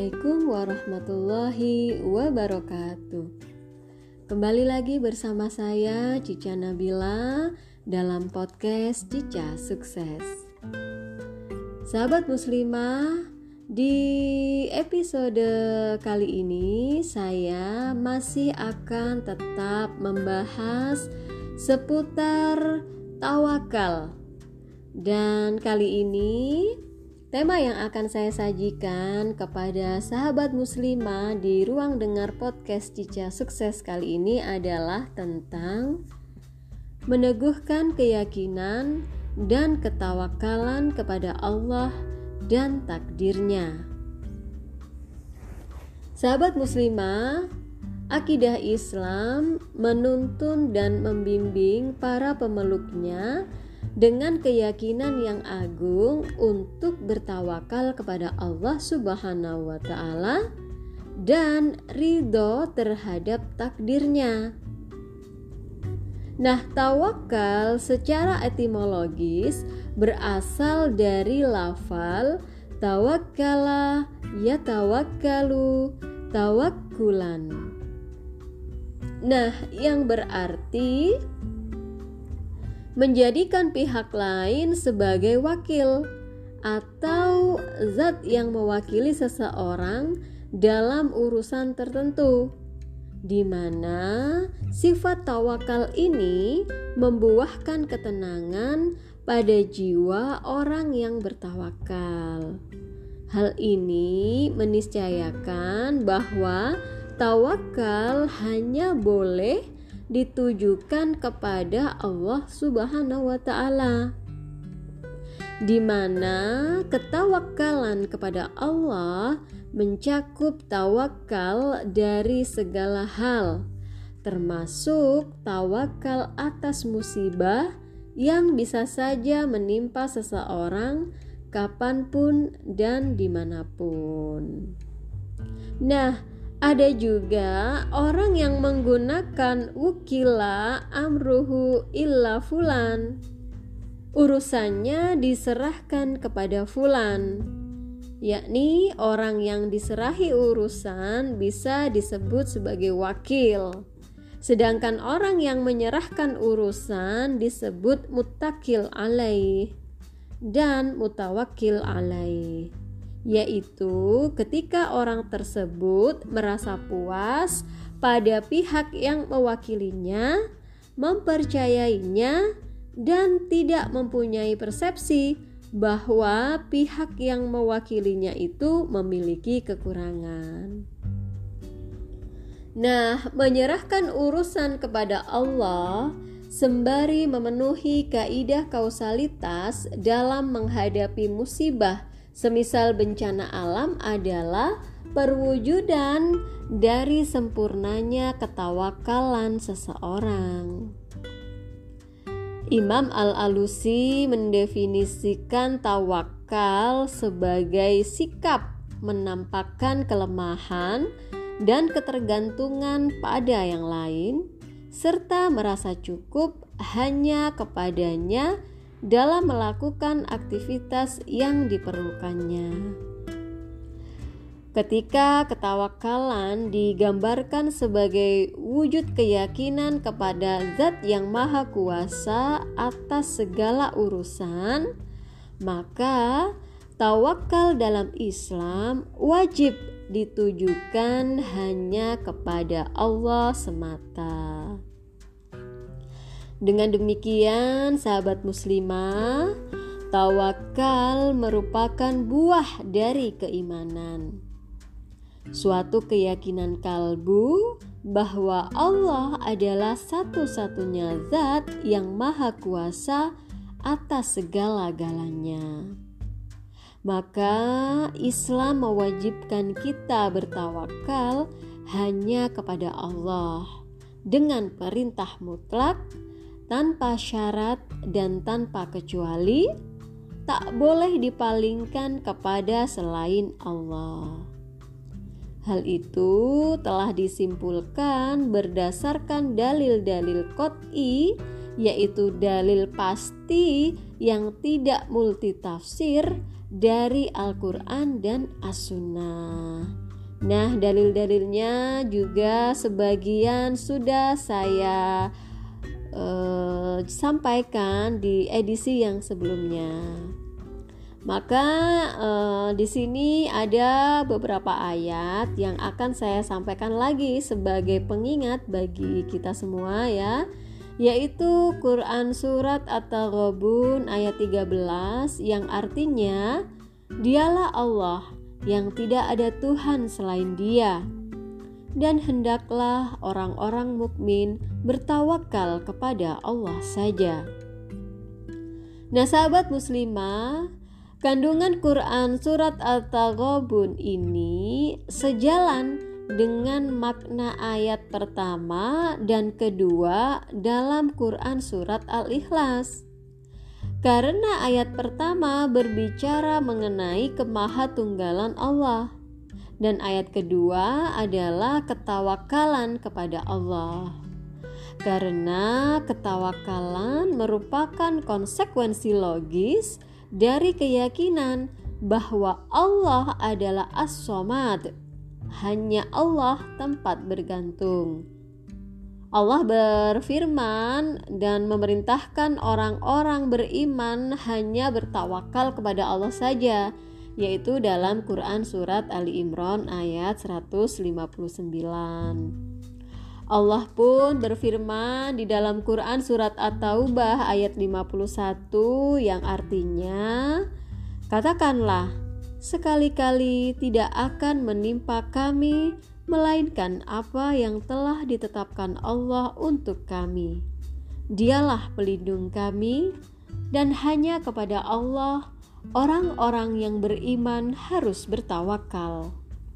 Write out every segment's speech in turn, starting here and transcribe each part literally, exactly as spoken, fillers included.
Assalamualaikum warahmatullahi wabarakatuh. Kembali lagi bersama saya Cica Nabila dalam podcast Cica Sukses. Sahabat muslimah, di episode kali ini saya masih akan tetap membahas seputar tawakal. Dan kali ini tema yang akan saya sajikan kepada sahabat muslimah di ruang dengar podcast Cica Sukses kali ini adalah tentang meneguhkan keyakinan dan ketawakalan kepada Allah dan takdirnya. Sahabat muslimah, akidah Islam menuntun dan membimbing para pemeluknya dengan keyakinan yang agung untuk bertawakal kepada Allah Subhanahu wa Ta'ala dan ridho terhadap takdirnya. Nah, tawakal secara etimologis berasal dari lafal tawakkala yatawakkalu tawakkulan. Nah, yang berarti menjadikan pihak lain sebagai wakil atau zat yang mewakili seseorang dalam urusan tertentu, di mana sifat tawakal ini membuahkan ketenangan pada jiwa orang yang bertawakal. Hal ini meniscayakan bahwa tawakal hanya boleh ditujukan kepada Allah Subhanahu wa Ta'ala, di mana ketawakalan kepada Allah mencakup tawakal dari segala hal, termasuk tawakal atas musibah yang bisa saja menimpa seseorang kapanpun dan dimanapun. Nah, ada juga orang yang menggunakan wukila amruhu illa fulan. Urusannya diserahkan kepada fulan, yakni orang yang diserahi urusan bisa disebut sebagai wakil. Sedangkan orang yang menyerahkan urusan disebut mutakil alaih dan mutawakil alaih, yaitu ketika orang tersebut merasa puas pada pihak yang mewakilinya, mempercayainya, dan tidak mempunyai persepsi bahwa pihak yang mewakilinya itu memiliki kekurangan. Nah, menyerahkan urusan kepada Allah sembari memenuhi kaidah kausalitas dalam menghadapi musibah semisal bencana alam adalah perwujudan dari sempurnanya ketawakalan seseorang. Imam Al-Alusi mendefinisikan tawakal sebagai sikap menampakkan kelemahan dan ketergantungan pada yang lain, serta merasa cukup hanya kepadanya dalam melakukan aktivitas yang diperlukannya. Ketika ketawakalan digambarkan sebagai wujud keyakinan kepada Zat yang Maha Kuasa atas segala urusan, maka tawakal dalam Islam wajib ditujukan hanya kepada Allah semata. Dengan demikian, sahabat muslimah, tawakal merupakan buah dari keimanan, suatu keyakinan kalbu bahwa Allah adalah satu-satunya zat yang maha kuasa atas segala-galanya. Maka Islam mewajibkan kita bertawakal hanya kepada Allah dengan perintah mutlak, tanpa syarat dan tanpa kecuali, tak boleh dipalingkan kepada selain Allah. Hal itu telah disimpulkan berdasarkan dalil-dalil qot'i, yaitu dalil pasti yang tidak multitafsir dari Al-Quran dan As-Sunnah. Nah, dalil-dalilnya juga sebagian sudah saya eh, sampaikan di edisi yang sebelumnya. Maka eh, di sini ada beberapa ayat yang akan saya sampaikan lagi sebagai pengingat bagi kita semua ya, yaitu Quran surat At-Taghabun ayat tiga belas yang artinya, dialah Allah yang tidak ada Tuhan selain Dia, dan hendaklah orang-orang mukmin bertawakal kepada Allah saja. Nah, sahabat muslimah, kandungan Quran surat At-Taghabun ini sejalan dengan makna ayat pertama dan kedua dalam Quran surat Al-Ikhlas. Karena ayat pertama berbicara mengenai kemahatunggalan Allah, dan ayat kedua adalah ketawakalan kepada Allah. Karena ketawakalan merupakan konsekuensi logis dari keyakinan bahwa Allah adalah As-Somad, hanya Allah tempat bergantung. Allah berfirman dan memerintahkan orang-orang beriman hanya bertawakal kepada Allah saja, yaitu dalam Quran surat Ali Imran ayat seratus lima puluh sembilan. Allah pun berfirman di dalam Quran surat At-Taubah ayat lima puluh satu yang artinya, katakanlah, sekali-kali tidak akan menimpa kami melainkan apa yang telah ditetapkan Allah untuk kami. Dialah pelindung kami, dan hanya kepada Allah orang-orang yang beriman harus bertawakal.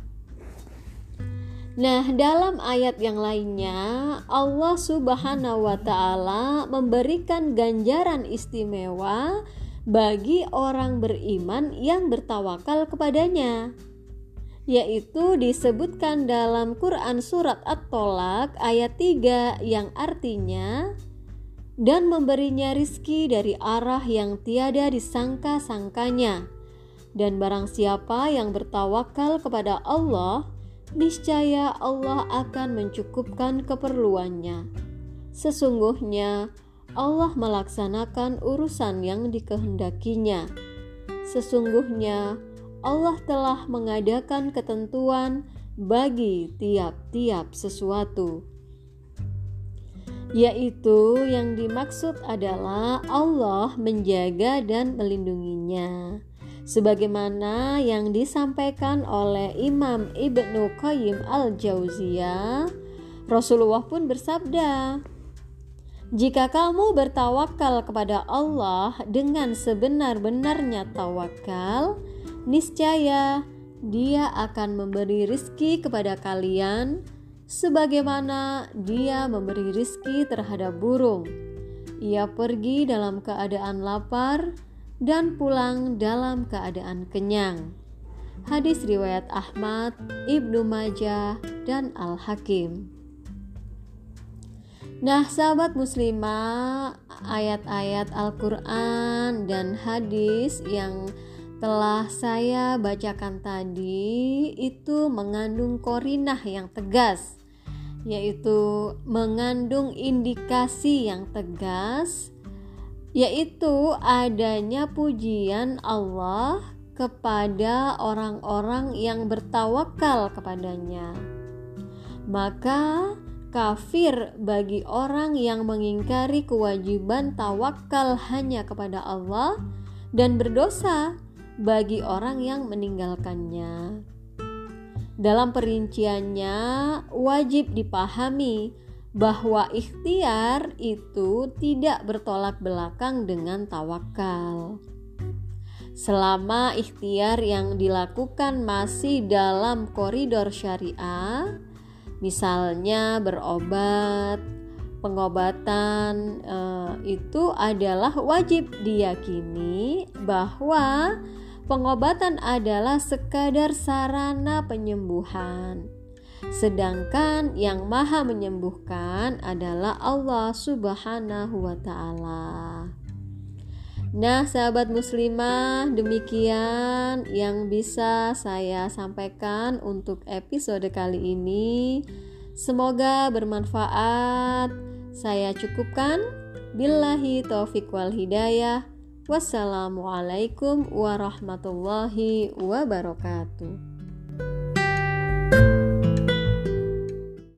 Nah, dalam ayat yang lainnya, Allah Subhanahu wa Ta'ala memberikan ganjaran istimewa bagi orang beriman yang bertawakal kepadanya, yaitu disebutkan dalam Quran surat At-Tolak ayat tiga yang artinya, dan memberinya rizki dari arah yang tiada disangka-sangkanya, dan barang siapa yang bertawakal kepada Allah, niscaya Allah akan mencukupkan keperluannya. Sesungguhnya Allah melaksanakan urusan yang dikehendakinya. Sesungguhnya Allah telah mengadakan ketentuan bagi tiap-tiap sesuatu. Yaitu yang dimaksud adalah Allah menjaga dan melindunginya. Sebagaimana yang disampaikan oleh Imam Ibnu Qayyim Al-Jauziyah, Rasulullah pun bersabda, jika kamu bertawakal kepada Allah dengan sebenar-benarnya tawakal, niscaya Dia akan memberi rizki kepada kalian sebagaimana Dia memberi rizki terhadap burung. Ia pergi dalam keadaan lapar dan pulang dalam keadaan kenyang. Hadis riwayat Ahmad, Ibnu Majah, dan Al-Hakim. Nah, sahabat muslimah, ayat-ayat Al-Quran dan hadis yang telah saya bacakan tadi itu mengandung qarinah yang tegas, yaitu mengandung indikasi yang tegas, yaitu adanya pujian Allah kepada orang-orang yang bertawakal kepadanya. Maka kafir bagi orang yang mengingkari kewajiban tawakal hanya kepada Allah, dan berdosa bagi orang yang meninggalkannya. Dalam perinciannya, wajib dipahami bahwa ikhtiar itu tidak bertolak belakang dengan tawakal. Selama ikhtiar yang dilakukan masih dalam koridor syariah, misalnya berobat, pengobatan, eh, itu adalah wajib diyakini bahwa pengobatan adalah sekadar sarana penyembuhan, sedangkan yang maha menyembuhkan adalah Allah Subhanahu wa Ta'ala. Nah, sahabat muslimah, demikian yang bisa saya sampaikan untuk episode kali ini. Semoga bermanfaat. Saya cukupkan. Billahi taufiq wal hidayah. Wassalamualaikum warahmatullahi wabarakatuh.